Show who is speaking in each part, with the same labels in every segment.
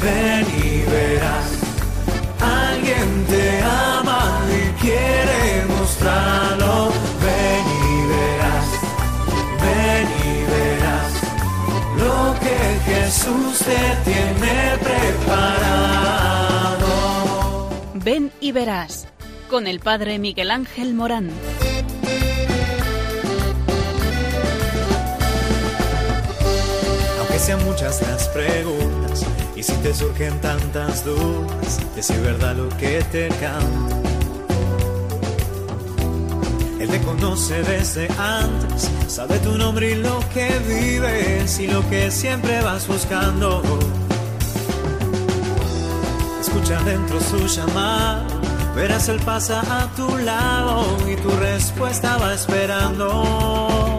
Speaker 1: ven y verás. Alguien te ama y quiere mostrarlo. Ven y verás, ven y verás lo que Jesús te tiene preparado.
Speaker 2: Ven y verás, con el Padre Miguel Ángel Morán.
Speaker 1: Aunque sean muchas las preguntas y si te surgen tantas dudas de si es verdad lo que te canto, Él te conoce desde antes, sabe tu nombre y lo que vives y lo que siempre vas buscando. Escucha dentro su llamado, verás Él pasa a tu lado y tu respuesta va esperando.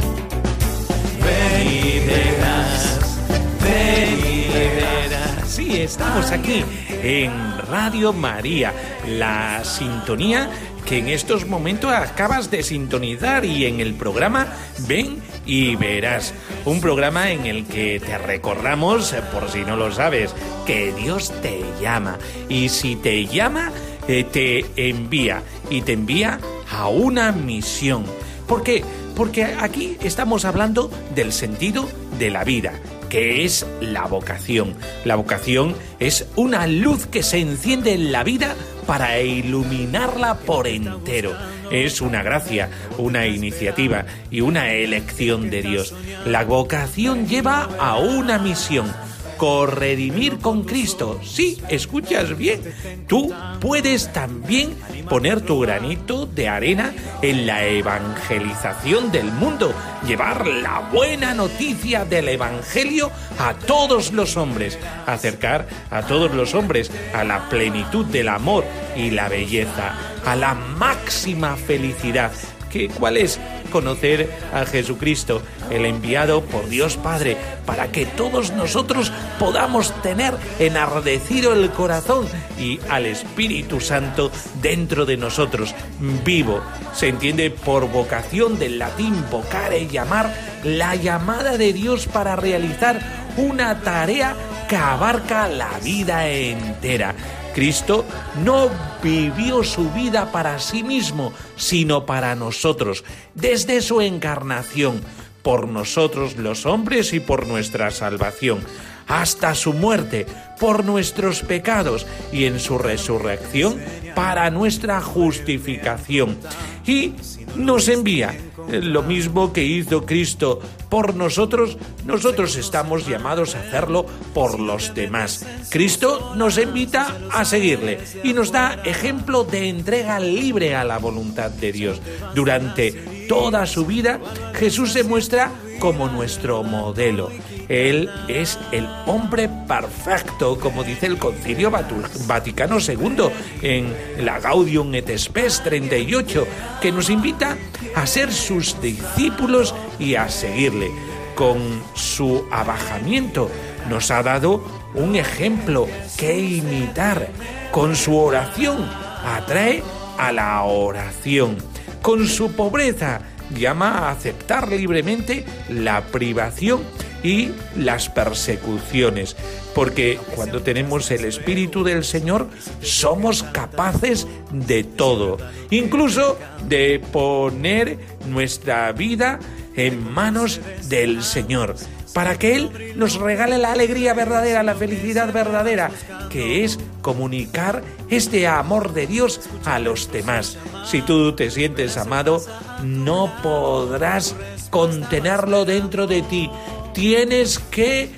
Speaker 1: Ven y verás, ven y verás.
Speaker 3: Sí, estamos aquí en Radio María, la sintonía que en estos momentos acabas de sintonizar, y en el programa Ven y Verás, un programa en el que te recordamos, por si no lo sabes, que Dios te llama, y si te llama, te envía, y te envía a una misión. ¿Por qué? Porque aquí estamos hablando del sentido de la vida, que es la vocación. La vocación es una luz que se enciende en la vida para iluminarla por entero. Es una gracia, una iniciativa y una elección de Dios. La vocación lleva a una misión: corredimir con Cristo. Sí, escuchas bien. Tú puedes también poner tu granito de arena en la evangelización del mundo, llevar la buena noticia del Evangelio a todos los hombres, acercar a todos los hombres a la plenitud del amor y la belleza, a la máxima felicidad. ¿Cuál es? Conocer a Jesucristo, el enviado por Dios Padre, para que todos nosotros podamos tener enardecido el corazón y al Espíritu Santo dentro de nosotros, vivo. Se entiende por vocación, del latín vocare, llamar, la llamada de Dios para realizar una tarea que abarca la vida entera. Cristo no vivió su vida para sí mismo, sino para nosotros, desde su encarnación, por nosotros los hombres y por nuestra salvación, hasta su muerte, por nuestros pecados, y en su resurrección, para nuestra justificación. Y nos envía. Lo mismo que hizo Cristo por nosotros, nosotros estamos llamados a hacerlo por los demás. Cristo nos invita a seguirle y nos da ejemplo de entrega libre a la voluntad de Dios. Durante toda su vida, Jesús se muestra como nuestro modelo. Él es el hombre perfecto, como dice el Concilio Vaticano II en la Gaudium et Spes 38, que nos invita a ser sus discípulos y a seguirle. Con su abajamiento nos ha dado un ejemplo que imitar. Con su oración atrae a la oración. Con su pobreza llama a aceptar libremente la privación y las persecuciones, porque cuando tenemos el Espíritu del Señor somos capaces de todo, incluso de poner nuestra vida en manos del Señor, para que Él nos regale la alegría verdadera, la felicidad verdadera, que es comunicar este amor de Dios a los demás. Si tú te sientes amado, no podrás contenerlo dentro de ti. Tienes que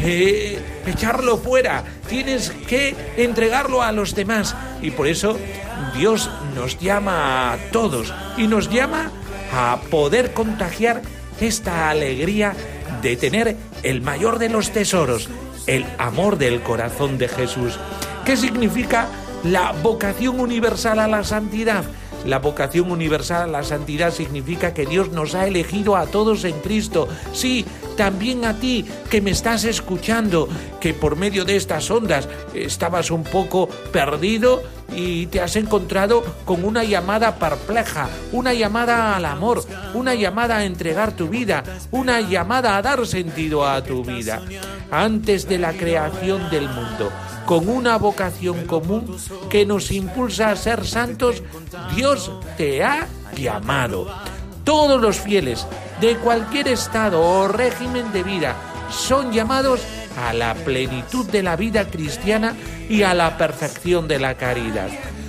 Speaker 3: echarlo fuera, tienes que entregarlo a los demás. Y por eso Dios nos llama a todos y nos llama a poder contagiar esta alegría de tener el mayor de los tesoros, el amor del corazón de Jesús. ¿Qué significa la vocación universal a la santidad? La vocación universal a la santidad significa que Dios nos ha elegido a todos en Cristo. Sí, también a ti que me estás escuchando, que por medio de estas ondas estabas un poco perdido. y te has encontrado con una llamada perpleja, una llamada al amor, una llamada a entregar tu vida, una llamada a dar sentido a tu vida. Antes de la creación del mundo, con una vocación común que nos impulsa a ser santos, Dios te ha llamado. Todos los fieles de cualquier estado o régimen de vida son llamados a la plenitud de la vida cristiana y a la perfección de la caridad.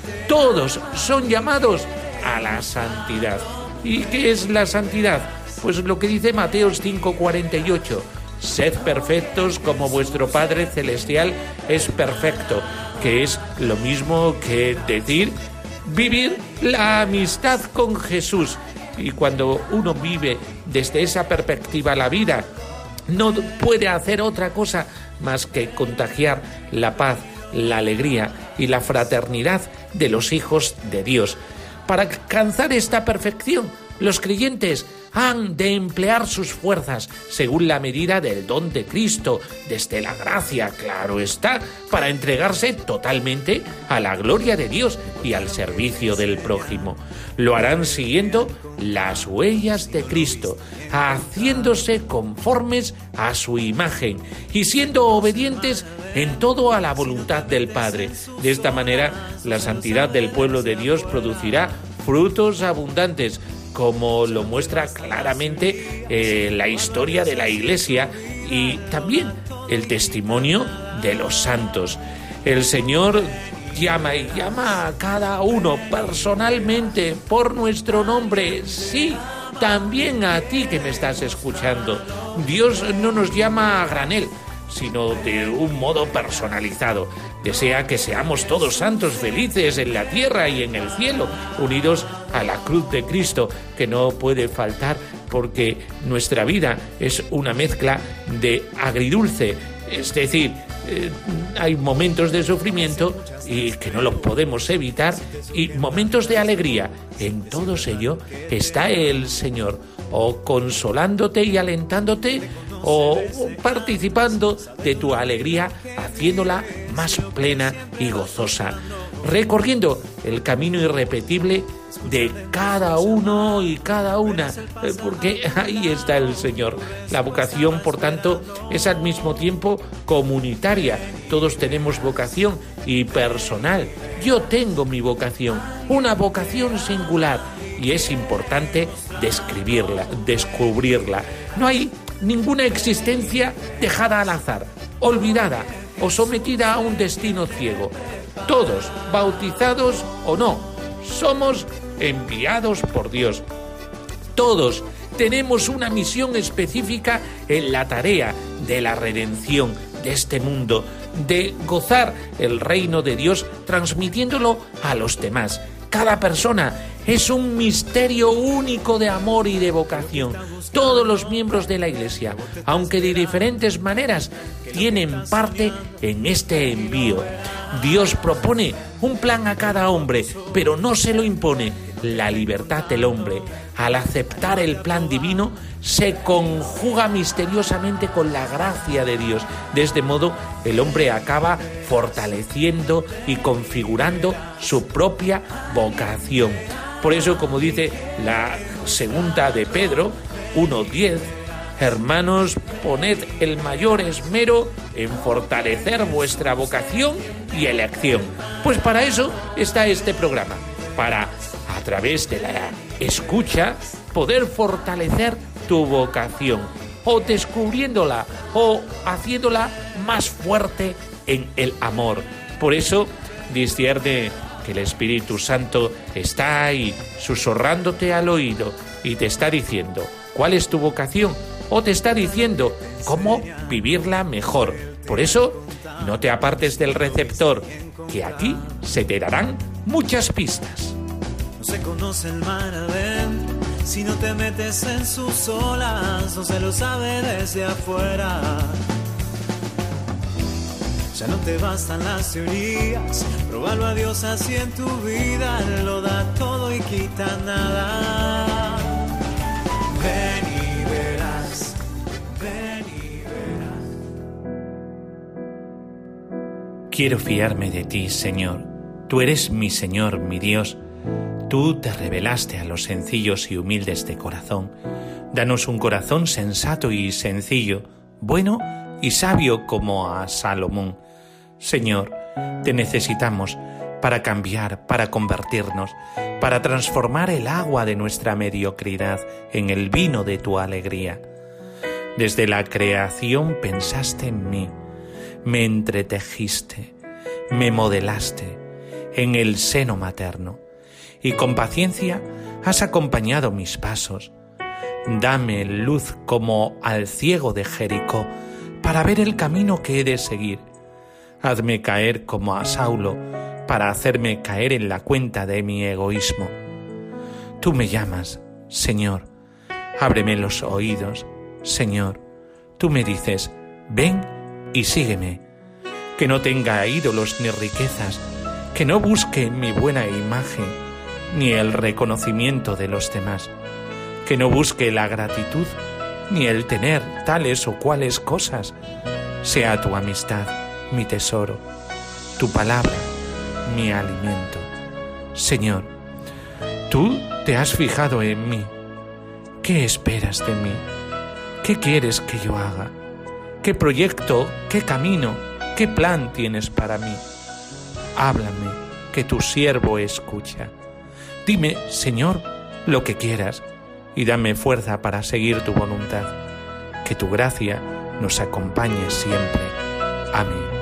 Speaker 3: Todos son llamados a la santidad. ¿Y qué es la santidad? Pues lo que dice Mateo 5:48. Sed perfectos como vuestro Padre Celestial es perfecto, que es lo mismo que decir vivir la amistad con Jesús. Y cuando uno vive desde esa perspectiva la vida, no puede hacer otra cosa más que contagiar la paz, la alegría y la fraternidad de los hijos de Dios. Para alcanzar esta perfección, los creyentes han de emplear sus fuerzas según la medida del don de Cristo, desde la gracia, claro está, para entregarse totalmente a la gloria de Dios y al servicio del prójimo. Lo harán siguiendo las huellas de Cristo, haciéndose conformes a su imagen y siendo obedientes en todo a la voluntad del Padre. De esta manera, la santidad del pueblo de Dios producirá frutos abundantes, como lo muestra claramente la historia de la Iglesia y también el testimonio de los santos. El Señor llama a cada uno personalmente por nuestro nombre. Sí, también a ti que me estás escuchando. Dios no nos llama a granel, sino de un modo personalizado. Desea que seamos todos santos, felices en la tierra y en el cielo, unidos a la cruz de Cristo, que no puede faltar porque nuestra vida es una mezcla de agridulce, es decir, hay momentos de sufrimiento y que no lo podemos evitar y momentos de alegría. En todos ellos está el Señor, o consolándote y alentándote, o participando de tu alegría, haciéndola más plena y gozosa, recorriendo el camino irrepetible de cada uno y cada una, porque ahí está el Señor. La vocación, por tanto, es al mismo tiempo comunitaria. Todos tenemos vocación y personal. Yo tengo mi vocación, una vocación singular, y es importante descubrirla. No hay ninguna existencia dejada al azar, olvidada o sometida a un destino ciego. Todos, bautizados o no, somos enviados por Dios. Todos tenemos una misión específica en la tarea de la redención de este mundo, de gozar el reino de Dios transmitiéndolo a los demás. Cada persona es un misterio único de amor y de vocación. Todos los miembros de la Iglesia, aunque de diferentes maneras, tienen parte en este envío. Dios propone un plan a cada hombre, pero no se lo impone. La libertad del hombre, al aceptar el plan divino, se conjuga misteriosamente con la gracia de Dios. De este modo, el hombre acaba fortaleciendo y configurando su propia vocación. Por eso, como dice la segunda de Pedro 1:10, hermanos, poned el mayor esmero en fortalecer vuestra vocación y elección. Pues para eso está este programa, para, a través de la escucha, poder fortalecer tu vocación, o descubriéndola, o haciéndola más fuerte en el amor. Por eso, discierne que el Espíritu Santo está ahí, susurrándote al oído, y te está diciendo cuál es tu vocación, o te está diciendo cómo vivirla mejor. Por eso, no te apartes del receptor, que aquí se te darán muchas pistas.
Speaker 1: No se conoce el mar adentro si no te metes en sus olas, no se lo sabe desde afuera. Ya no te bastan las teorías, pruébalo a Dios así en tu vida, Él lo da todo y quita nada. Ven y verás, ven y verás.
Speaker 3: Quiero fiarme de ti, Señor. Tú eres mi Señor, mi Dios. Tú te revelaste a los sencillos y humildes de corazón. Danos un corazón sensato y sencillo, bueno y sabio como a Salomón. Señor, te necesitamos para cambiar, para convertirnos, para transformar el agua de nuestra mediocridad en el vino de tu alegría. Desde la creación pensaste en mí, me entretejiste, me modelaste en el seno materno y con paciencia has acompañado mis pasos. Dame luz como al ciego de Jericó para ver el camino que he de seguir. Hazme caer como a Saulo para hacerme caer en la cuenta de mi egoísmo. Tú me llamas, Señor, ábreme los oídos, Señor. Tú me dices, ven y sígueme. Que no tenga ídolos ni riquezas, que no busque mi buena imagen, ni el reconocimiento de los demás, que no busque la gratitud, ni el tener tales o cuales cosas. Sea tu amistad mi tesoro, tu palabra mi alimento. Señor, tú te has fijado en mí. ¿Qué esperas de mí? ¿Qué quieres que yo haga? ¿Qué proyecto, qué camino, qué plan tienes para mí? Háblame, que tu siervo escucha. Dime, Señor, lo que quieras y dame fuerza para seguir tu voluntad. Que tu gracia nos acompañe siempre. Amén.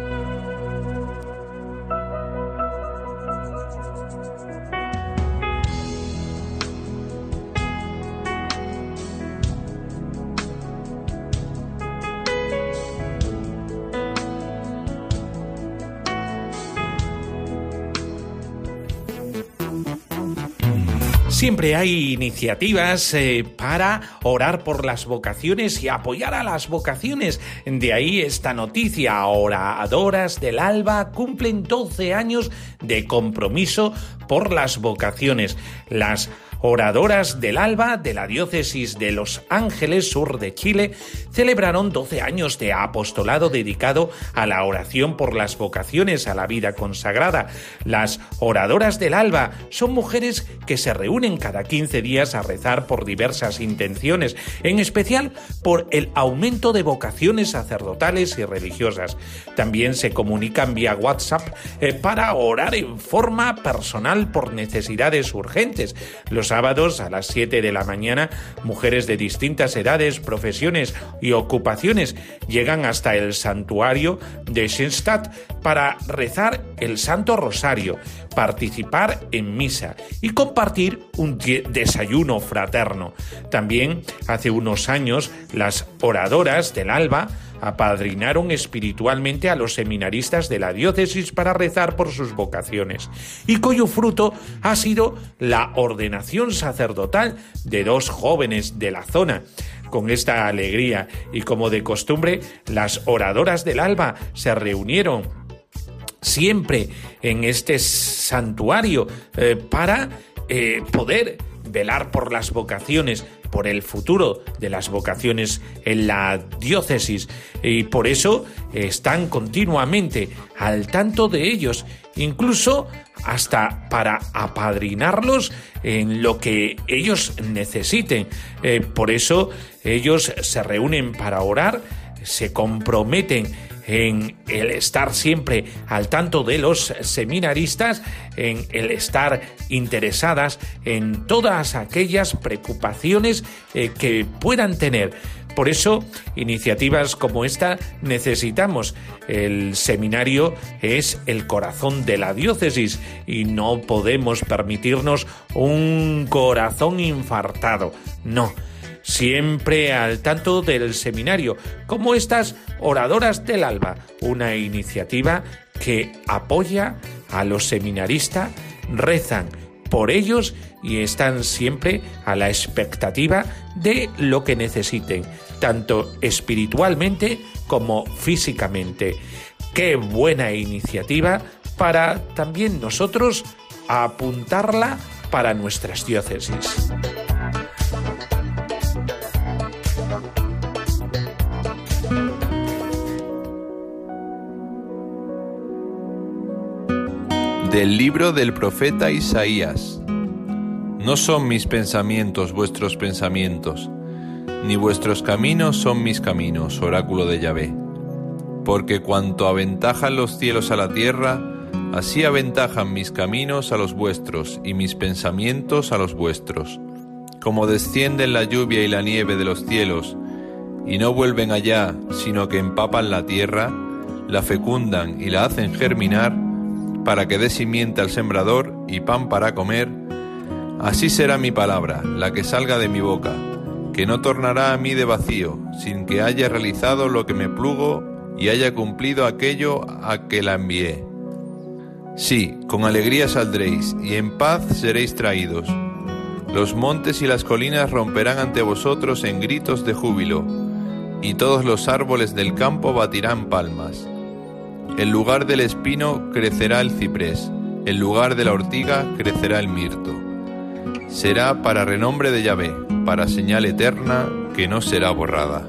Speaker 3: Siempre hay iniciativas para orar por las vocaciones y apoyar a las vocaciones. De ahí esta noticia: Oradoras del Alba cumplen 12 años de compromiso por las vocaciones. Las Oradoras del Alba de la diócesis de Los Ángeles, sur de Chile, celebraron 12 años de apostolado dedicado a la oración por las vocaciones a la vida consagrada. Las Oradoras del Alba son mujeres que se reúnen cada 15 días a rezar por diversas intenciones, en especial por el aumento de vocaciones sacerdotales y religiosas. También se comunican vía WhatsApp para orar en forma personal por necesidades urgentes. Los sábados a las 7 de la mañana, mujeres de distintas edades, profesiones y ocupaciones llegan hasta el santuario de Schoenstatt para rezar el Santo Rosario, participar en misa y compartir un desayuno fraterno. También hace unos años las Oradoras del Alba apadrinaron espiritualmente a los seminaristas de la diócesis para rezar por sus vocaciones, y cuyo fruto ha sido la ordenación sacerdotal de 2 jóvenes de la zona. Con esta alegría y como de costumbre, las Oradoras del Alba se reunieron siempre en este santuario para poder velar por las vocaciones, por el futuro de las vocaciones en la diócesis, y por eso están continuamente al tanto de ellos, incluso hasta para apadrinarlos en lo que ellos necesiten. Por eso ellos se reúnen para orar, se comprometen en el estar siempre al tanto de los seminaristas, en el estar interesadas en todas aquellas preocupaciones que puedan tener. Por eso, iniciativas como esta necesitamos. El seminario es el corazón de la diócesis y no podemos permitirnos un corazón infartado. No. Siempre al tanto del seminario, como estas Oradoras del Alba, una iniciativa que apoya a los seminaristas, rezan por ellos y están siempre a la expectativa de lo que necesiten, tanto espiritualmente como físicamente. ¡Qué buena iniciativa para también nosotros apuntarla para nuestras diócesis!
Speaker 4: Del libro del profeta Isaías. No son mis pensamientos vuestros pensamientos, ni vuestros caminos son mis caminos, oráculo de Yahvé. Porque cuanto aventajan los cielos a la tierra, así aventajan mis caminos a los vuestros, y mis pensamientos a los vuestros. Como descienden la lluvia y la nieve de los cielos, y no vuelven allá, sino que empapan la tierra, la fecundan y la hacen germinar, para que dé simiente al sembrador y pan para comer, así será mi palabra, la que salga de mi boca, que no tornará a mí de vacío, sin que haya realizado lo que me plugo y haya cumplido aquello a que la envié. Sí, con alegría saldréis, y en paz seréis traídos. Los montes y las colinas romperán ante vosotros en gritos de júbilo, y todos los árboles del campo batirán palmas. En lugar del espino crecerá el ciprés, en lugar de la ortiga crecerá el mirto. Será para renombre de Yahvé, para señal eterna que no será borrada.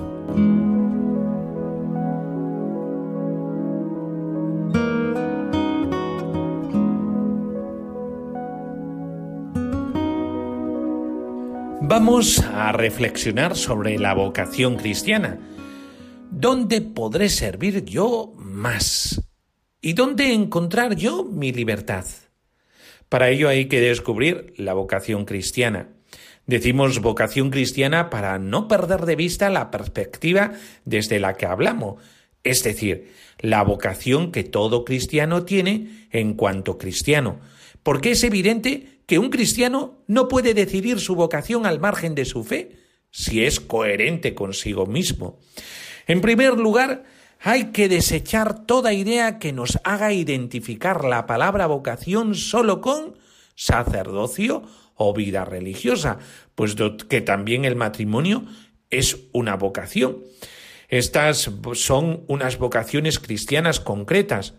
Speaker 3: Vamos a reflexionar sobre la vocación cristiana. ¿Dónde podré servir yo más? ¿Y dónde encontrar yo mi libertad? Para ello hay que descubrir la vocación cristiana. Decimos vocación cristiana para no perder de vista la perspectiva desde la que hablamos, es decir, la vocación que todo cristiano tiene en cuanto cristiano, porque es evidente que un cristiano no puede decidir su vocación al margen de su fe, si es coherente consigo mismo. En primer lugar, hay que desechar toda idea que nos haga identificar la palabra vocación solo con sacerdocio o vida religiosa, puesto que también el matrimonio es una vocación. Estas son unas vocaciones cristianas concretas,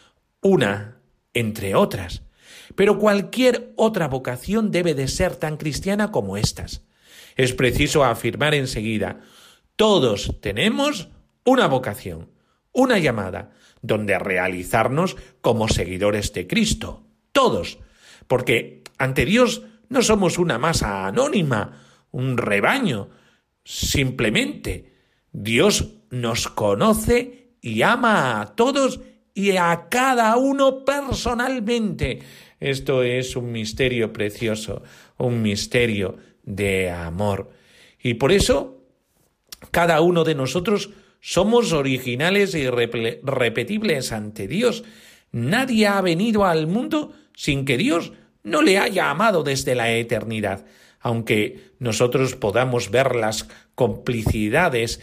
Speaker 3: una entre otras, pero cualquier otra vocación debe de ser tan cristiana como estas. Es preciso afirmar enseguida: todos tenemos una vocación, una llamada, donde realizarnos como seguidores de Cristo. Todos, porque ante Dios no somos una masa anónima, un rebaño. Simplemente Dios nos conoce y ama a todos y a cada uno personalmente. Esto es un misterio precioso, un misterio de amor. Y por eso cada uno de nosotros somos originales y repetibles ante Dios. Nadie ha venido al mundo sin que Dios no le haya amado desde la eternidad, aunque nosotros podamos ver las complicidades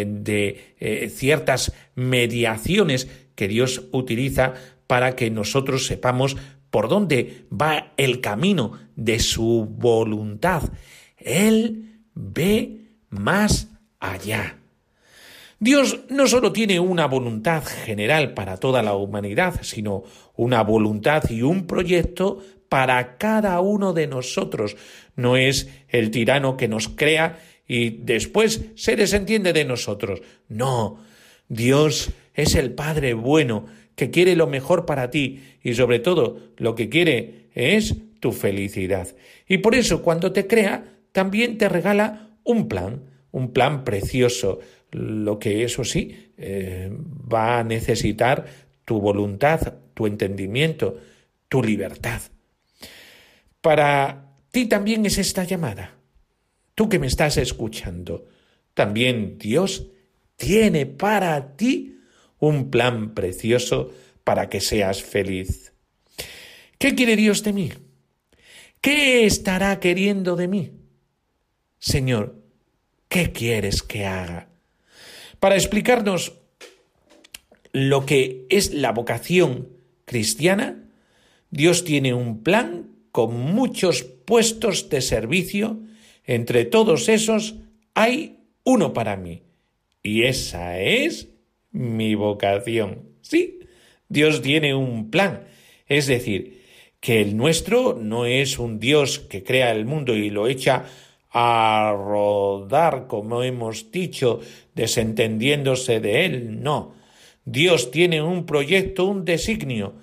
Speaker 3: de ciertas mediaciones que Dios utiliza para que nosotros sepamos por dónde va el camino de su voluntad. Él ve más allá. Dios no solo tiene una voluntad general para toda la humanidad, sino una voluntad y un proyecto para cada uno de nosotros. No es el tirano que nos crea y después se desentiende de nosotros. No, Dios es el Padre bueno que quiere lo mejor para ti y sobre todo lo que quiere es tu felicidad. Y por eso cuando te crea también te regala un plan precioso, lo que eso sí va a necesitar tu voluntad, tu entendimiento, tu libertad. Para ti también es esta llamada. Tú que me estás escuchando, también Dios tiene para ti un plan precioso para que seas feliz. ¿Qué quiere Dios de mí? ¿Qué estará queriendo de mí? Señor, ¿qué quieres que haga? Para explicarnos lo que es la vocación cristiana, Dios tiene un plan con muchos puestos de servicio. Entre todos esos hay uno para mí, y esa es mi vocación. Sí, Dios tiene un plan, es decir, que el nuestro no es un Dios que crea el mundo y lo echa a rodar, como hemos dicho, desentendiéndose de él. No, Dios tiene un proyecto, un designio,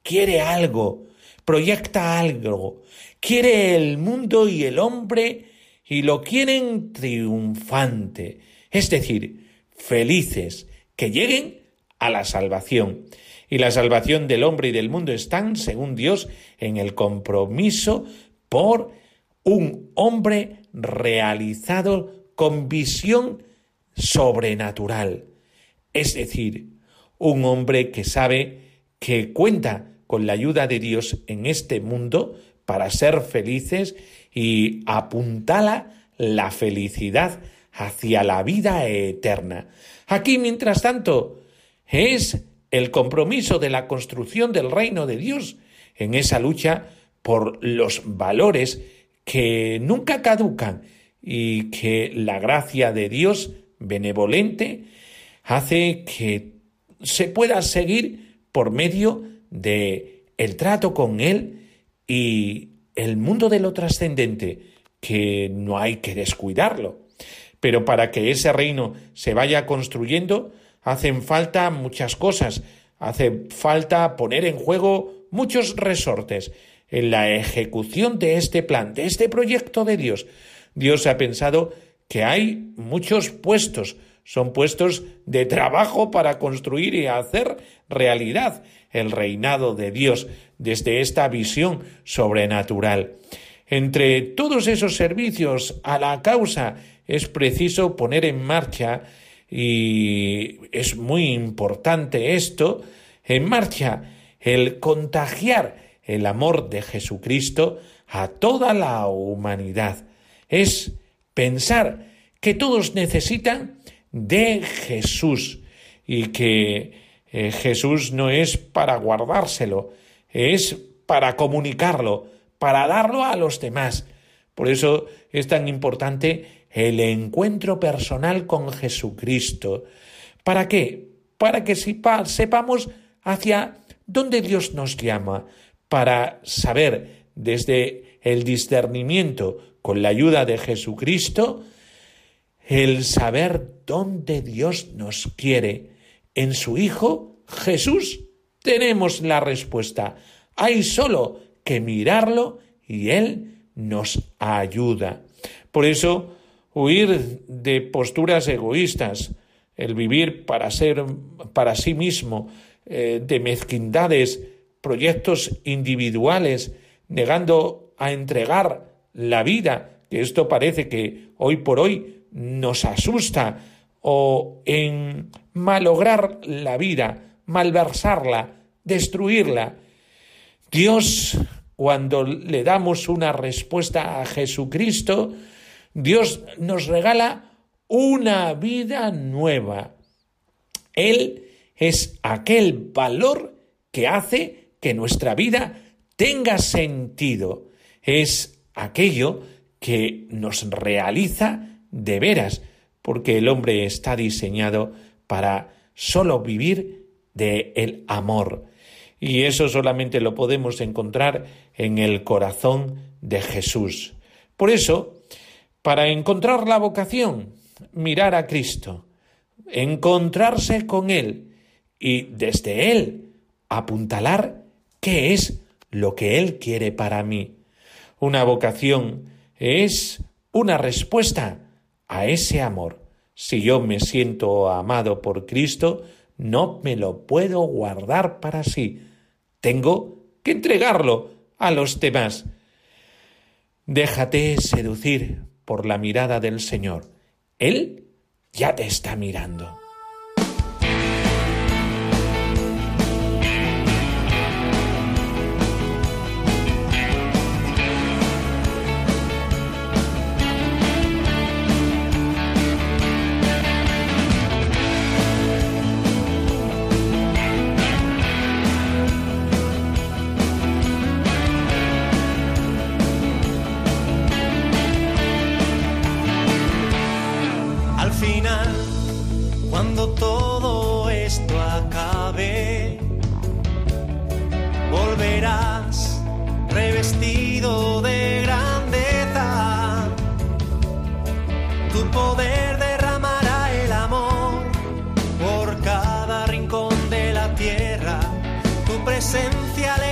Speaker 3: quiere algo, proyecta algo, quiere el mundo y el hombre y lo quieren triunfante, es decir, felices, que lleguen a la salvación. Y la salvación del hombre y del mundo están, según Dios, en el compromiso por un hombre realizado con visión sobrenatural. Es decir, un hombre que sabe que cuenta con la ayuda de Dios en este mundo para ser felices y apuntala la felicidad hacia la vida eterna. Aquí, mientras tanto, es el compromiso de la construcción del reino de Dios en esa lucha por los valores que nunca caducan y que la gracia de Dios benevolente hace que se pueda seguir por medio de el trato con Él y el mundo de lo trascendente, que no hay que descuidarlo. Pero para que ese reino se vaya construyendo, hacen falta muchas cosas, hace falta poner en juego muchos resortes en la ejecución de este plan, de este proyecto de Dios. Dios ha pensado que hay muchos puestos, son puestos de trabajo para construir y hacer realidad el reinado de Dios desde esta visión sobrenatural. Entre todos esos servicios a la causa es preciso poner en marcha, y es muy importante esto, en marcha el contagiar el amor de Jesucristo a toda la humanidad. Es pensar que todos necesitan de Jesús y que Jesús no es para guardárselo, es para comunicarlo, para darlo a los demás. Por eso es tan importante el encuentro personal con Jesucristo. ¿Para qué? Para que sepamos hacia dónde Dios nos llama, para saber desde el discernimiento con la ayuda de Jesucristo, el saber dónde Dios nos quiere. En su Hijo, Jesús, tenemos la respuesta. Hay solo que mirarlo y Él nos ayuda. Por eso, huir de posturas egoístas, el vivir para sí mismo, de mezquindades, proyectos individuales, negando a entregar la vida, que esto parece que hoy por hoy nos asusta, o en malograr la vida, malversarla, destruirla. Dios, cuando le damos una respuesta a Jesucristo, Dios nos regala una vida nueva. Él es aquel valor que hace que nuestra vida tenga sentido. Es aquello que nos realiza de veras, porque el hombre está diseñado para solo vivir de el amor. Y eso solamente lo podemos encontrar en el corazón de Jesús. Por eso, para encontrar la vocación, mirar a Cristo, encontrarse con Él y desde Él apuntalar qué es lo que Él quiere para mí. Una vocación es una respuesta a ese amor. Si yo me siento amado por Cristo, no me lo puedo guardar para sí. Tengo que entregarlo a los demás. Déjate seducir por la mirada del Señor. Él ya te está mirando.
Speaker 1: Cuando todo esto acabe, volverás revestido de grandeza. Tu poder derramará el amor por cada rincón de la tierra. Tu presencia le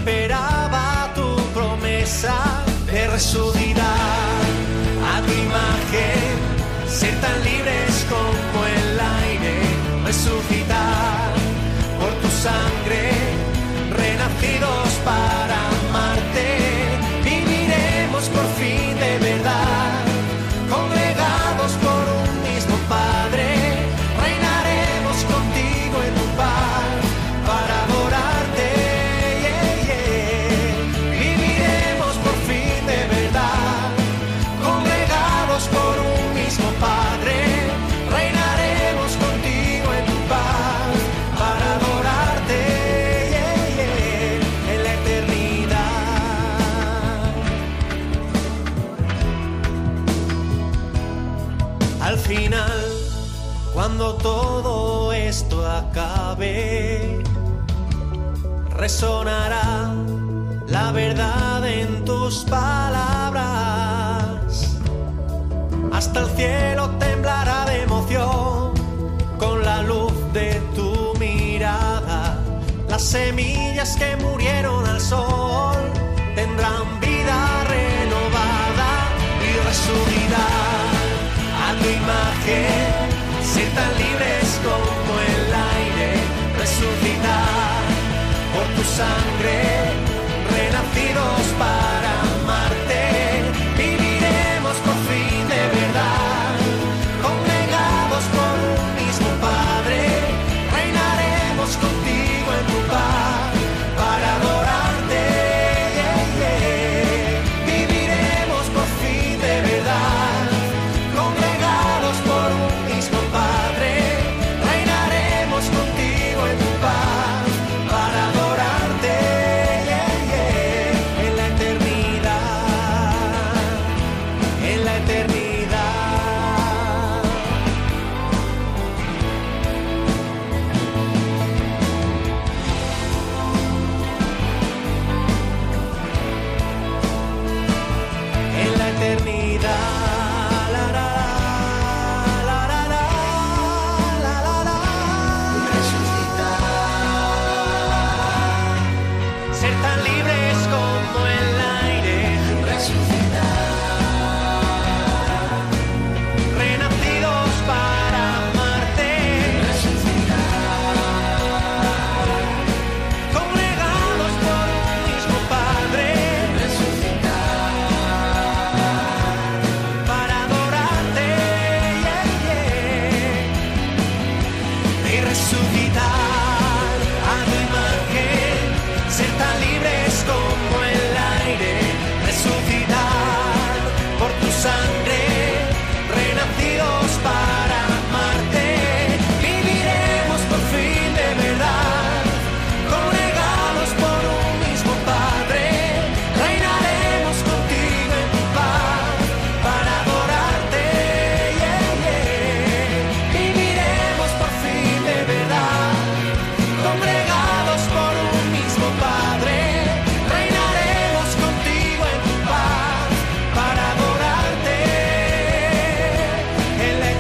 Speaker 1: esperaba tu promesa de resucitar a tu imagen, ser tan libres como el aire, resucitar por tu sangre, renacidos para amarte, viviremos por fin de verdad, congregados por un mismo Padre, reinaremos contigo en tu paz para adorarte, viviremos por fin de verdad, congregados por un mismo Padre, reinaremos contigo en tu paz para adorarte en la eternidad. Al final, cuando todo esto acabe, resonará la verdad en tus palabras. Hasta el cielo temblará de emoción con la luz de tu mirada. Las semillas que murieron al sol tendrán vida renovada y resucitar a tu imagen, ser tan libres como el aire, resucitar por tu sangre, renacidos para amarte, viviremos por fin de verdad, congregados por un mismo Padre, reinaremos contigo en tu paz para adorarte, viviremos por fin de verdad, congregados por un mismo Padre, reinaremos contigo en tu paz para adorarte en la eternidad, en la eternidad. En la eternidad, la la la la la la la la, resucitar, ser tan libres como el aire, resucitar, renacidos para amarte, resucitar, congregados por un mismo Padre, para adorarte, y resucitar a tu imagen, ser tan libres como el aire, resucitar por tu sangre, renacidos para amarte, viviremos por fin de verdad, congregados por un mismo Padre, reinaremos contigo en tu paz para adorarte, viviremos por fin de verdad, congregados por un mismo Padre, reinaremos contigo en tu paz para adorarte en la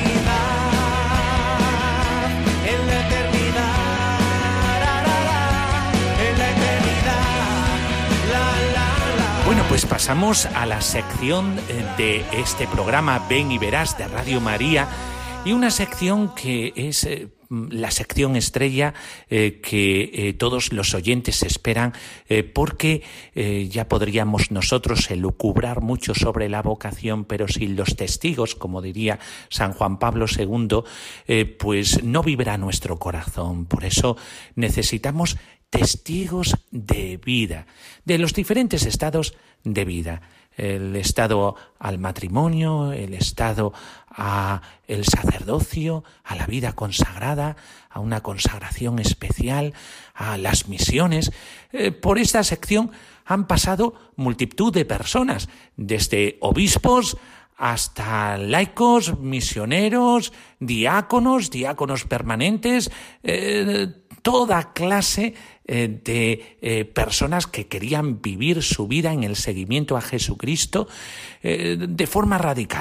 Speaker 1: eternidad, en la eternidad, la, la, la, en la eternidad, la, la, la.
Speaker 3: Bueno, pues pasamos a la sección de este programa Ven y Verás de Radio María, y una sección que es la sección estrella que todos los oyentes esperan, porque ya podríamos nosotros elucubrar mucho sobre la vocación, pero sin los testigos, como diría San Juan Pablo II, pues no vibrará nuestro corazón. Por eso necesitamos testigos de vida, de los diferentes estados de vida. El estado al matrimonio, el estado al sacerdocio, a la vida consagrada, a una consagración especial, a las misiones. Por esta sección han pasado multitud de personas, desde obispos hasta laicos, misioneros, diáconos permanentes, toda clase de personas que querían vivir su vida en el seguimiento a Jesucristo de forma radical.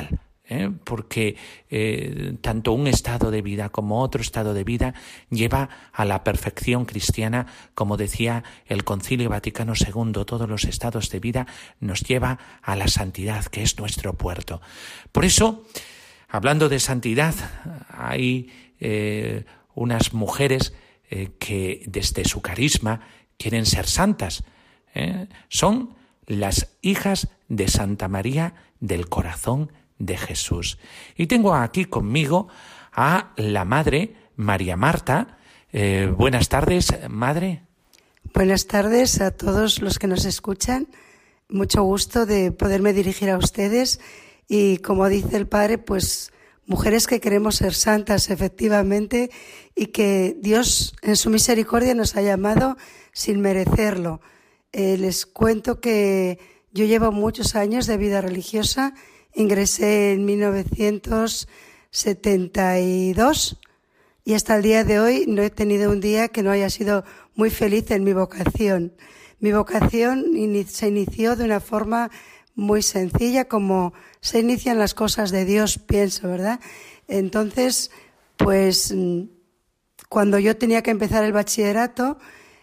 Speaker 3: porque tanto un estado de vida como otro estado de vida lleva a la perfección cristiana, como decía el Concilio Vaticano II, todos los estados de vida nos lleva a la santidad, que es nuestro puerto. Por eso, hablando de santidad, hay unas mujeres que desde su carisma quieren ser santas. Son las hijas de Santa María del Corazón de Jesús. Y tengo aquí conmigo a la madre María Marta. Buenas tardes, madre.
Speaker 5: Buenas tardes a todos los que nos escuchan. Mucho gusto de poderme dirigir a ustedes y, como dice el padre, pues mujeres que queremos ser santas, efectivamente, y que Dios en su misericordia nos ha llamado sin merecerlo. Les cuento que yo llevo muchos años de vida religiosa. Ingresé en 1972 y hasta el día de hoy no he tenido un día que no haya sido muy feliz en mi vocación. Mi vocación se inició de una forma muy sencilla, como se inician las cosas de Dios, pienso, ¿verdad? Entonces, pues cuando yo tenía que empezar el bachillerato,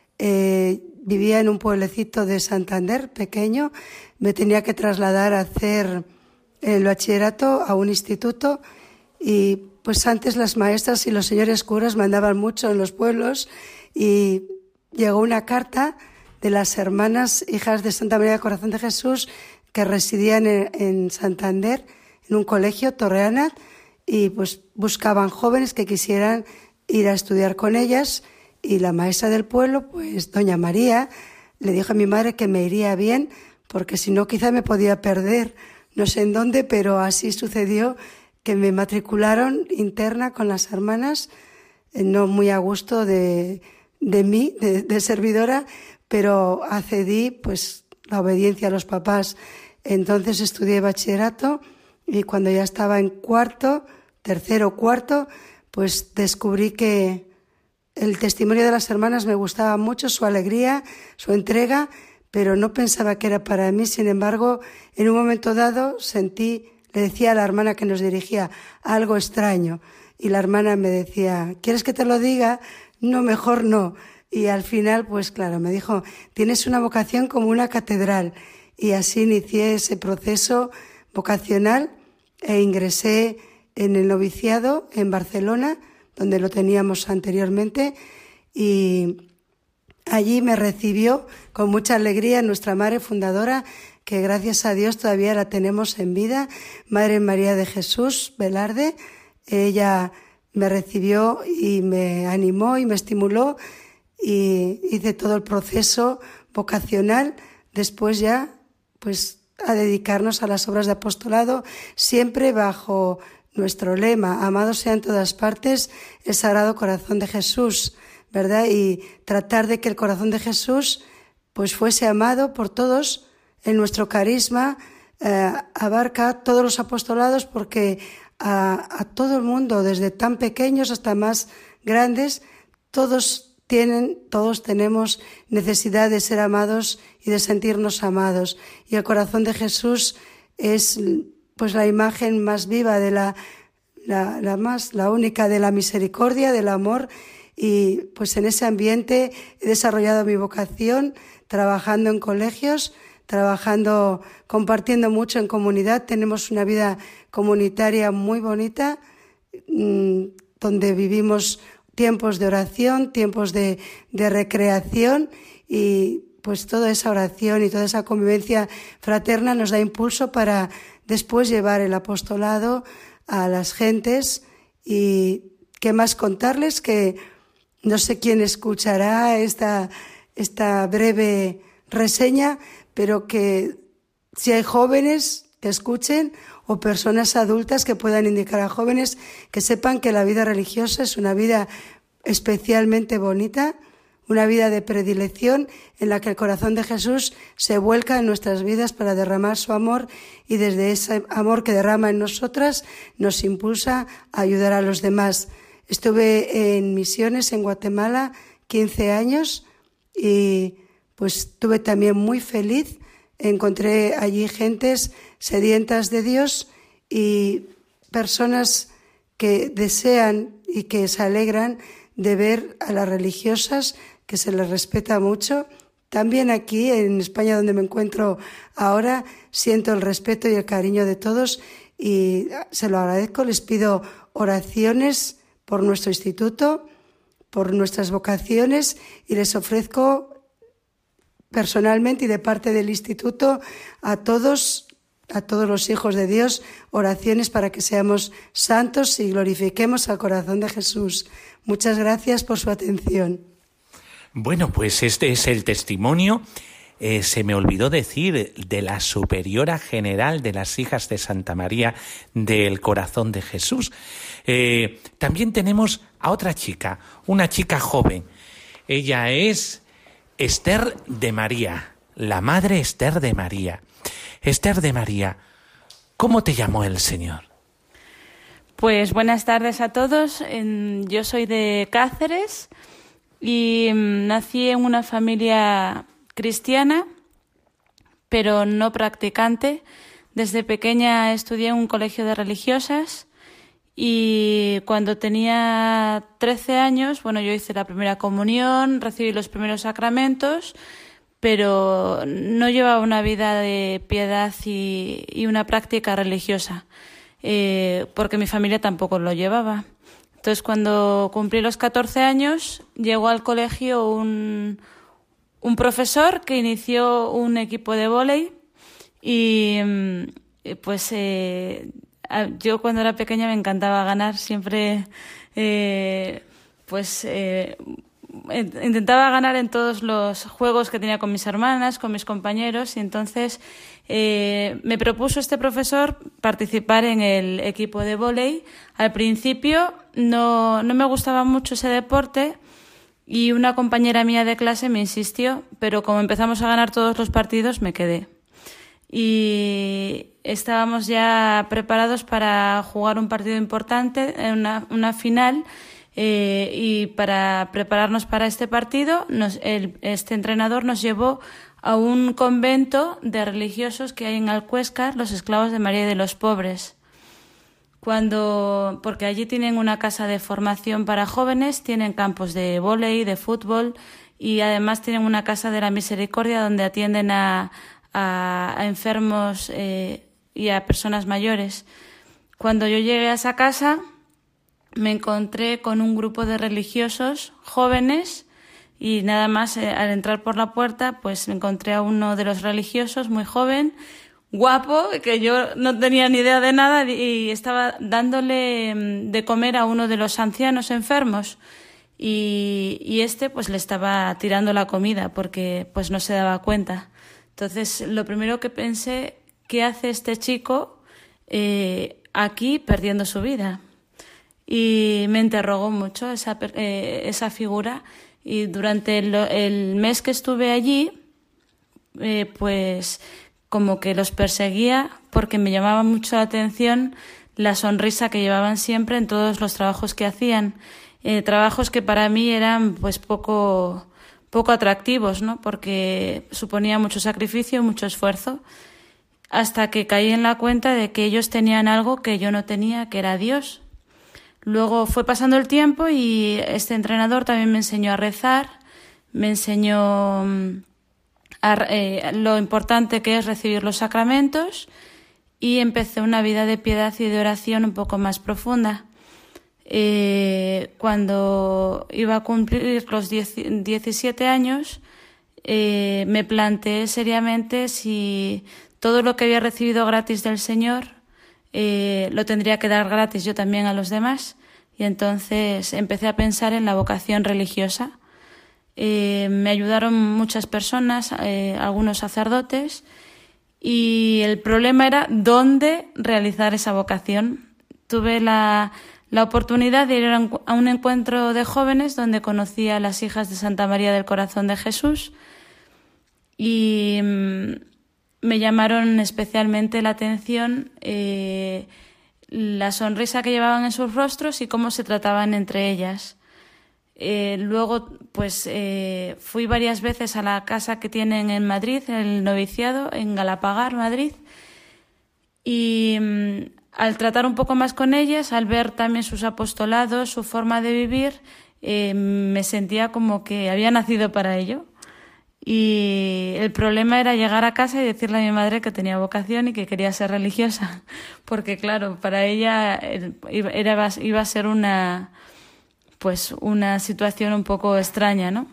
Speaker 5: vivía en un pueblecito de Santander, pequeño, me tenía que trasladar a hacer el bachillerato a un instituto y pues antes las maestras y los señores curas mandaban mucho en los pueblos y llegó una carta de las hermanas hijas de Santa María del Corazón de Jesús que residían en Santander, en un colegio, Torreana, y pues buscaban jóvenes que quisieran ir a estudiar con ellas, y la maestra del pueblo, pues doña María, le dijo a mi madre que me iría bien, porque si no quizá me podía perder, no sé en dónde, pero así sucedió, que me matricularon interna con las hermanas, no muy a gusto de mí, de servidora, pero accedí pues la obediencia a los papás. Entonces estudié bachillerato y cuando ya estaba en tercero o cuarto, pues descubrí que el testimonio de las hermanas me gustaba mucho, su alegría, su entrega, pero no pensaba que era para mí. Sin embargo, en un momento dado le decía a la hermana que nos dirigía algo extraño, y la hermana me decía, ¿quieres que te lo diga? No, mejor no. Y al final, pues claro, me dijo, tienes una vocación como una catedral. Y así inicié ese proceso vocacional e ingresé en el noviciado en Barcelona, donde lo teníamos anteriormente, y allí me recibió con mucha alegría nuestra madre fundadora, que gracias a Dios todavía la tenemos en vida, Madre María de Jesús Velarde. Ella me recibió y me animó y me estimuló y hice todo el proceso vocacional. Después ya, pues, a dedicarnos a las obras de apostolado, siempre bajo nuestro lema, amado sea en todas partes el Sagrado Corazón de Jesús, ¿verdad? Y tratar de que el Corazón de Jesús pues fuese amado por todos. En nuestro carisma abarca todos los apostolados, porque a todo el mundo, desde tan pequeños hasta más grandes, todos tenemos necesidad de ser amados y de sentirnos amados. Y el Corazón de Jesús es pues la imagen más viva de la única de la misericordia, del amor, y pues en ese ambiente he desarrollado mi vocación, trabajando en colegios, compartiendo mucho en comunidad. Tenemos una vida comunitaria muy bonita, donde vivimos tiempos de oración, tiempos de recreación, y pues toda esa oración y toda esa convivencia fraterna nos da impulso para después llevar el apostolado a las gentes. Y qué más contarles, que no sé quién escuchará esta breve reseña, pero que si hay jóvenes que escuchen o personas adultas que puedan indicar a jóvenes, que sepan que la vida religiosa es una vida especialmente bonita, una vida de predilección en la que el corazón de Jesús se vuelca en nuestras vidas para derramar su amor, y desde ese amor que derrama en nosotras nos impulsa a ayudar a los demás. Estuve en misiones en Guatemala 15 años y pues estuve también muy feliz. Encontré allí gentes sedientas de Dios y personas que desean y que se alegran de ver a las religiosas, que se les respeta mucho. También aquí, en España, donde me encuentro ahora, siento el respeto y el cariño de todos y se lo agradezco. Les pido oraciones por nuestro instituto, por nuestras vocaciones, y les ofrezco personalmente y de parte del instituto a todos los hijos de Dios, oraciones para que seamos santos y glorifiquemos al corazón de Jesús. Muchas gracias por su atención.
Speaker 3: Bueno, pues este es el testimonio, se me olvidó decir, de la superiora general de las hijas de Santa María del Corazón de Jesús. También tenemos a otra chica, una chica joven. Ella es Esther de María, la madre Esther de María. Esther de María, ¿cómo te llamó el Señor?
Speaker 6: Pues buenas tardes a todos. Yo soy de Cáceres y nací en una familia cristiana, pero no practicante. Desde pequeña estudié en un colegio de religiosas y cuando tenía 13 años, yo hice la primera comunión, recibí los primeros sacramentos, pero no llevaba una vida de piedad y una práctica religiosa, porque mi familia tampoco lo llevaba. Entonces, cuando cumplí los 14 años, llegó al colegio un profesor que inició un equipo de vóley y yo cuando era pequeña me encantaba ganar, siempre intentaba ganar en todos los juegos que tenía con mis hermanas, con mis compañeros, y entonces me propuso este profesor participar en el equipo de vóley. Al principio no me gustaba mucho ese deporte y una compañera mía de clase me insistió, pero como empezamos a ganar todos los partidos me quedé. Y estábamos ya preparados para jugar un partido importante, una final, y para prepararnos para este partido, este entrenador nos llevó a un convento de religiosos que hay en Alcuéscar, los Esclavos de María y de los Pobres. Porque allí tienen una casa de formación para jóvenes, tienen campos de vóley, de fútbol, y además tienen una casa de la misericordia donde atienden a enfermos y a personas mayores. Cuando yo llegué a esa casa, me encontré con un grupo de religiosos jóvenes y nada más al entrar por la puerta, pues me encontré a uno de los religiosos muy joven, guapo, que yo no tenía ni idea de nada, y estaba dándole de comer a uno de los ancianos enfermos y este pues le estaba tirando la comida porque pues no se daba cuenta. Entonces lo primero que pensé, ¿qué hace este chico aquí perdiendo su vida? Y me interrogó mucho esa figura, y durante el mes que estuve allí pues como que los perseguía porque me llamaba mucho la atención la sonrisa que llevaban siempre en todos los trabajos que hacían, trabajos que para mí eran pues poco atractivos, ¿no? Porque suponía mucho sacrificio, mucho esfuerzo, hasta que caí en la cuenta de que ellos tenían algo que yo no tenía, que era Dios. Luego fue pasando el tiempo y este entrenador también me enseñó a rezar, me enseñó lo importante que es recibir los sacramentos, y empecé una vida de piedad y de oración un poco más profunda. Cuando iba a cumplir los 17 años, me planteé seriamente si todo lo que había recibido gratis del Señor lo tendría que dar gratis yo también a los demás, y entonces empecé a pensar en la vocación religiosa. Me ayudaron muchas personas, algunos sacerdotes, y el problema era dónde realizar esa vocación. Tuve la oportunidad de ir a un encuentro de jóvenes donde conocí a las hijas de Santa María del Corazón de Jesús y me llamaron especialmente la atención la sonrisa que llevaban en sus rostros y cómo se trataban entre ellas. Luego, pues, fui varias veces a la casa que tienen en Madrid, el noviciado, en Galapagar, Madrid, y al tratar un poco más con ellas, al ver también sus apostolados, su forma de vivir, me sentía como que había nacido para ello. Y el problema era llegar a casa y decirle a mi madre que tenía vocación y que quería ser religiosa, porque claro, para ella iba a ser una situación un poco extraña, ¿no?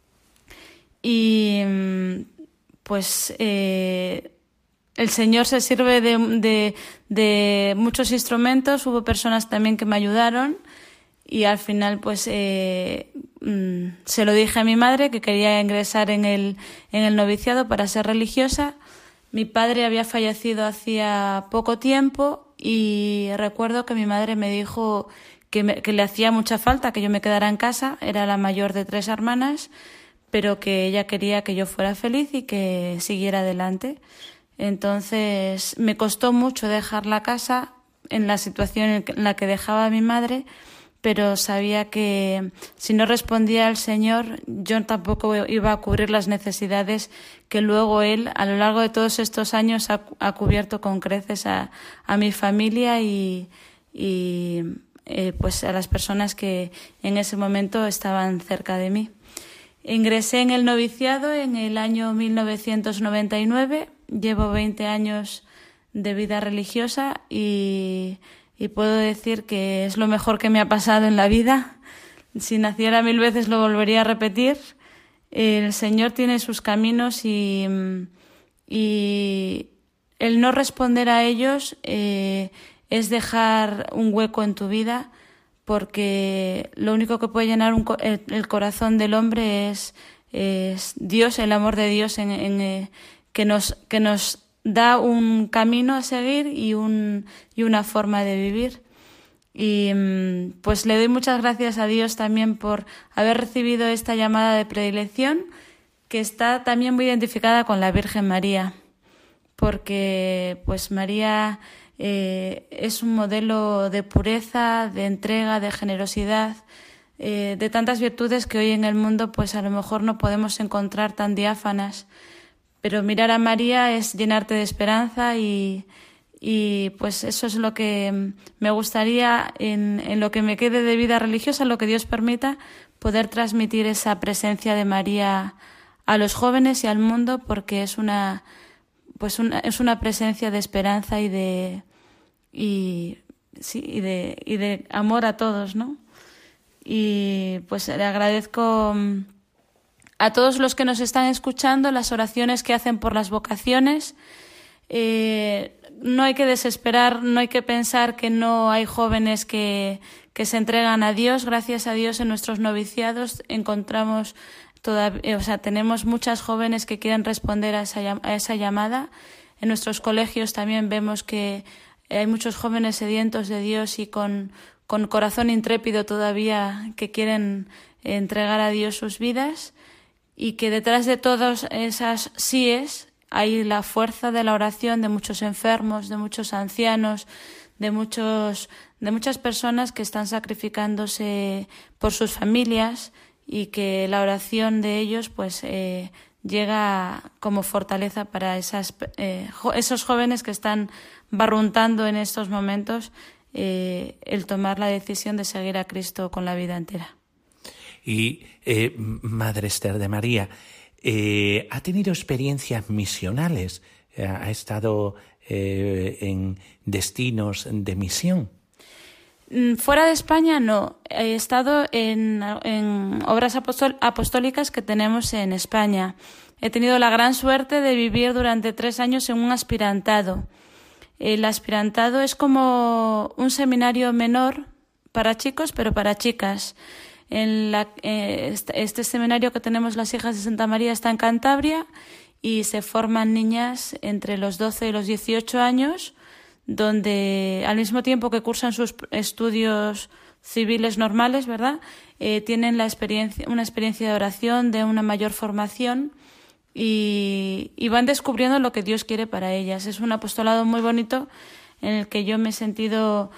Speaker 6: Y pues el Señor se sirve de muchos instrumentos. Hubo personas también que me ayudaron y al final pues se lo dije a mi madre que quería ingresar en el noviciado para ser religiosa. Mi padre había fallecido hacía poco tiempo y recuerdo que mi madre me dijo que le hacía mucha falta que yo me quedara en casa. Era la mayor de 3 hermanas, pero que ella quería que yo fuera feliz y que siguiera adelante. Entonces me costó mucho dejar la casa en la situación en la que dejaba a mi madre, pero sabía que si no respondía al Señor, yo tampoco iba a cubrir las necesidades que luego Él, a lo largo de todos estos años, ha cubierto con creces a mi familia y pues a las personas que en ese momento estaban cerca de mí. Ingresé en el noviciado en el año 1999, llevo 20 años de vida religiosa y puedo decir que es lo mejor que me ha pasado en la vida. Si naciera 1000 veces lo volvería a repetir. El Señor tiene sus caminos y el no responder a ellos es dejar un hueco en tu vida, porque lo único que puede llenar el corazón del hombre es Dios, el amor de Dios que nos da un camino a seguir y una forma de vivir. Y pues le doy muchas gracias a Dios también por haber recibido esta llamada de predilección, que está también muy identificada con la Virgen María, porque pues María es un modelo de pureza, de entrega, de generosidad, de tantas virtudes que hoy en el mundo pues a lo mejor no podemos encontrar tan diáfanas, pero mirar a María es llenarte de esperanza y pues eso es lo que me gustaría en lo que me quede de vida religiosa, lo que Dios permita, poder transmitir esa presencia de María a los jóvenes y al mundo, porque es una presencia de esperanza y de amor a todos, ¿no? Y pues le agradezco a todos los que nos están escuchando las oraciones que hacen por las vocaciones. No hay que desesperar, no hay que pensar que no hay jóvenes que se entregan a Dios. Gracias a Dios en nuestros noviciados encontramos tenemos muchas jóvenes que quieren responder a esa llamada. En nuestros colegios también vemos que hay muchos jóvenes sedientos de Dios y con corazón intrépido todavía que quieren entregar a Dios sus vidas, y que detrás de todas esas síes hay la fuerza de la oración de muchos enfermos, de muchos ancianos, de muchas personas que están sacrificándose por sus familias, y que la oración de ellos pues llega como fortaleza para esos jóvenes que están barruntando en estos momentos el tomar la decisión de seguir a Cristo con la vida entera.
Speaker 3: Y Madre Esther de María, ¿ha tenido experiencias misionales? ¿Ha estado en destinos de misión?
Speaker 6: Fuera de España no. He estado en obras apostólicas que tenemos en España. He tenido la gran suerte de vivir durante 3 años en un aspirantado. El aspirantado es como un seminario menor para chicos, pero para chicas. Este seminario que tenemos las hijas de Santa María está en Cantabria y se forman niñas entre los 12 y los 18 años, donde al mismo tiempo que cursan sus estudios civiles normales, ¿verdad? Tienen una experiencia de oración, de una mayor formación y van descubriendo lo que Dios quiere para ellas. Es un apostolado muy bonito en el que yo me he sentido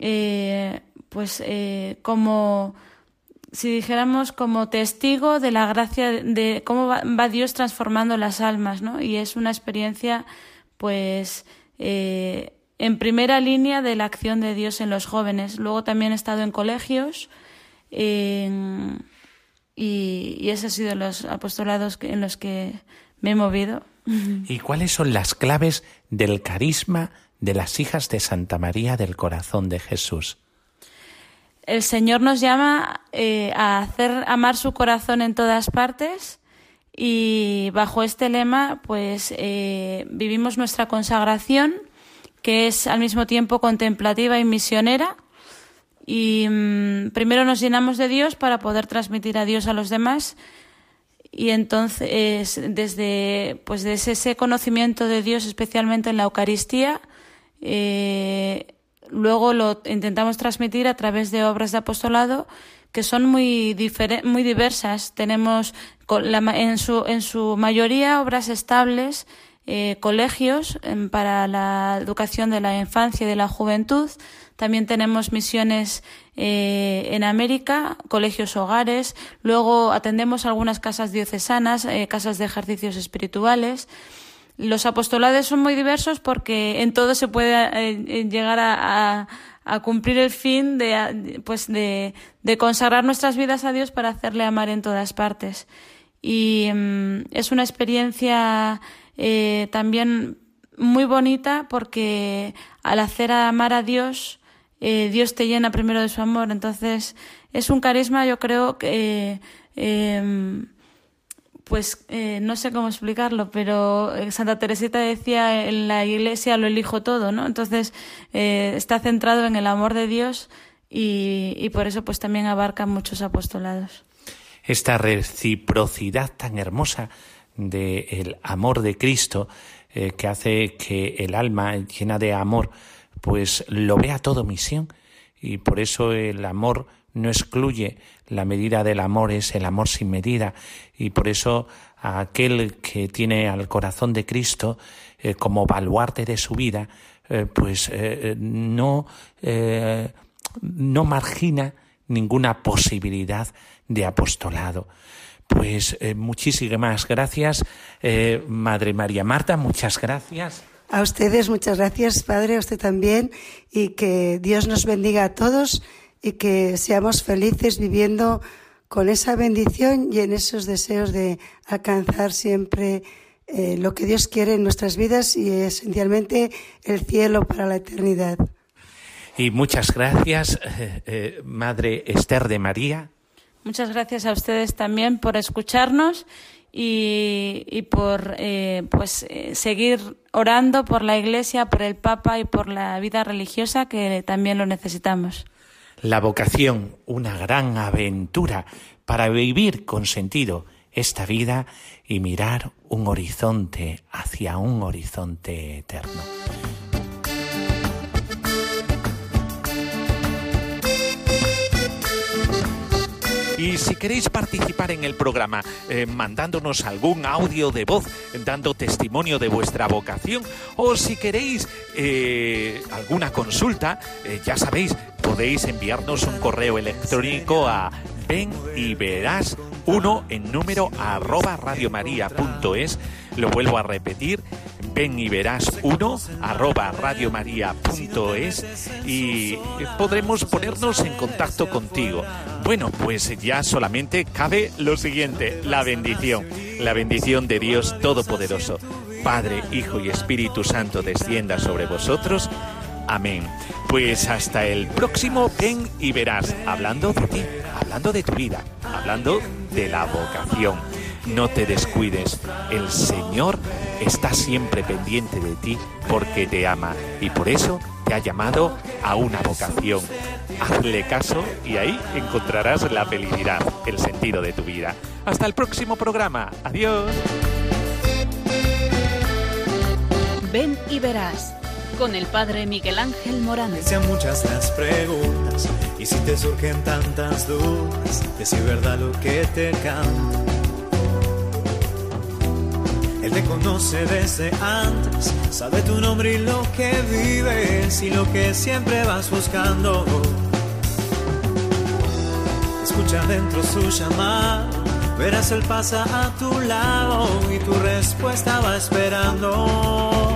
Speaker 6: como, si dijéramos, como testigo de la gracia de cómo va Dios transformando las almas, ¿no? Y es una experiencia pues en primera línea de la acción de Dios en los jóvenes. Luego también he estado en colegios y esos han sido los apostolados en los que me he movido.
Speaker 3: ¿Y cuáles son las claves del carisma de las hijas de Santa María del Corazón de Jesús?
Speaker 6: El Señor nos llama a hacer amar su corazón en todas partes, y bajo este lema pues vivimos nuestra consagración, que es al mismo tiempo contemplativa y misionera, y primero nos llenamos de Dios para poder transmitir a Dios a los demás, y entonces desde ese conocimiento de Dios, especialmente en la Eucaristía, luego lo intentamos transmitir a través de obras de apostolado que son muy diversas. Tenemos en su mayoría obras estables, colegios para la educación de la infancia y de la juventud. También tenemos misiones en América, colegios hogares. Luego atendemos algunas casas diocesanas, casas de ejercicios espirituales. Los apostolados son muy diversos porque en todo se puede llegar a cumplir el fin de consagrar nuestras vidas a Dios para hacerle amar en todas partes. Y es una experiencia también muy bonita, porque al hacer amar a Dios, Dios te llena primero de su amor. Entonces es un carisma, yo creo que no sé cómo explicarlo, pero Santa Teresita decía: en la Iglesia lo elijo todo, ¿no? Entonces está centrado en el amor de Dios, y por eso pues también abarca muchos apostolados.
Speaker 3: Esta reciprocidad tan hermosa del amor de Cristo, que hace que el alma llena de amor pues lo vea todo misión, y por eso el amor no excluye. La medida del amor es el amor sin medida, y por eso aquel que tiene al corazón de Cristo como baluarte de su vida, no margina ninguna posibilidad de apostolado. Pues muchísimas gracias, Madre María Marta, muchas gracias.
Speaker 5: A ustedes muchas gracias, Padre, a usted también, y que Dios nos bendiga a todos y que seamos felices viviendo con esa bendición y en esos deseos de alcanzar siempre lo que Dios quiere en nuestras vidas, y esencialmente el cielo para la eternidad.
Speaker 3: Y muchas gracias, Madre Esther de María.
Speaker 6: Muchas gracias a ustedes también por escucharnos y por seguir orando por la Iglesia, por el Papa y por la vida religiosa, que también lo necesitamos.
Speaker 3: La vocación, una gran aventura para vivir con sentido esta vida y mirar un horizonte hacia un horizonte eterno. Y si queréis participar en el programa mandándonos algún audio de voz, dando testimonio de vuestra vocación, o si queréis alguna consulta, ya sabéis, podéis enviarnos un correo electrónico a veniverás1 en número @radiomaria.es. Lo vuelvo a repetir, veniverás1 @radiomaria.es, y podremos ponernos en contacto contigo. Bueno, pues ya solamente cabe lo siguiente: la bendición de Dios Todopoderoso, Padre, Hijo y Espíritu Santo, descienda sobre vosotros. Amén. Pues hasta el próximo Ven y Verás, hablando de ti, hablando de tu vida, hablando de la vocación. No te descuides, el Señor está siempre pendiente de ti porque te ama, y por eso te ha llamado a una vocación. Hazle caso y ahí encontrarás la felicidad, el sentido de tu vida. Hasta el próximo programa. Adiós.
Speaker 2: Ven y Verás, con el Padre Miguel Ángel Morán.
Speaker 1: Sean muchas las preguntas, y si te surgen tantas dudas de si es verdad lo que te canto. Él te conoce desde antes, sabe tu nombre y lo que vives y lo que siempre vas buscando. Escucha dentro su llamado, verás él pasa a tu lado y tu respuesta va esperando.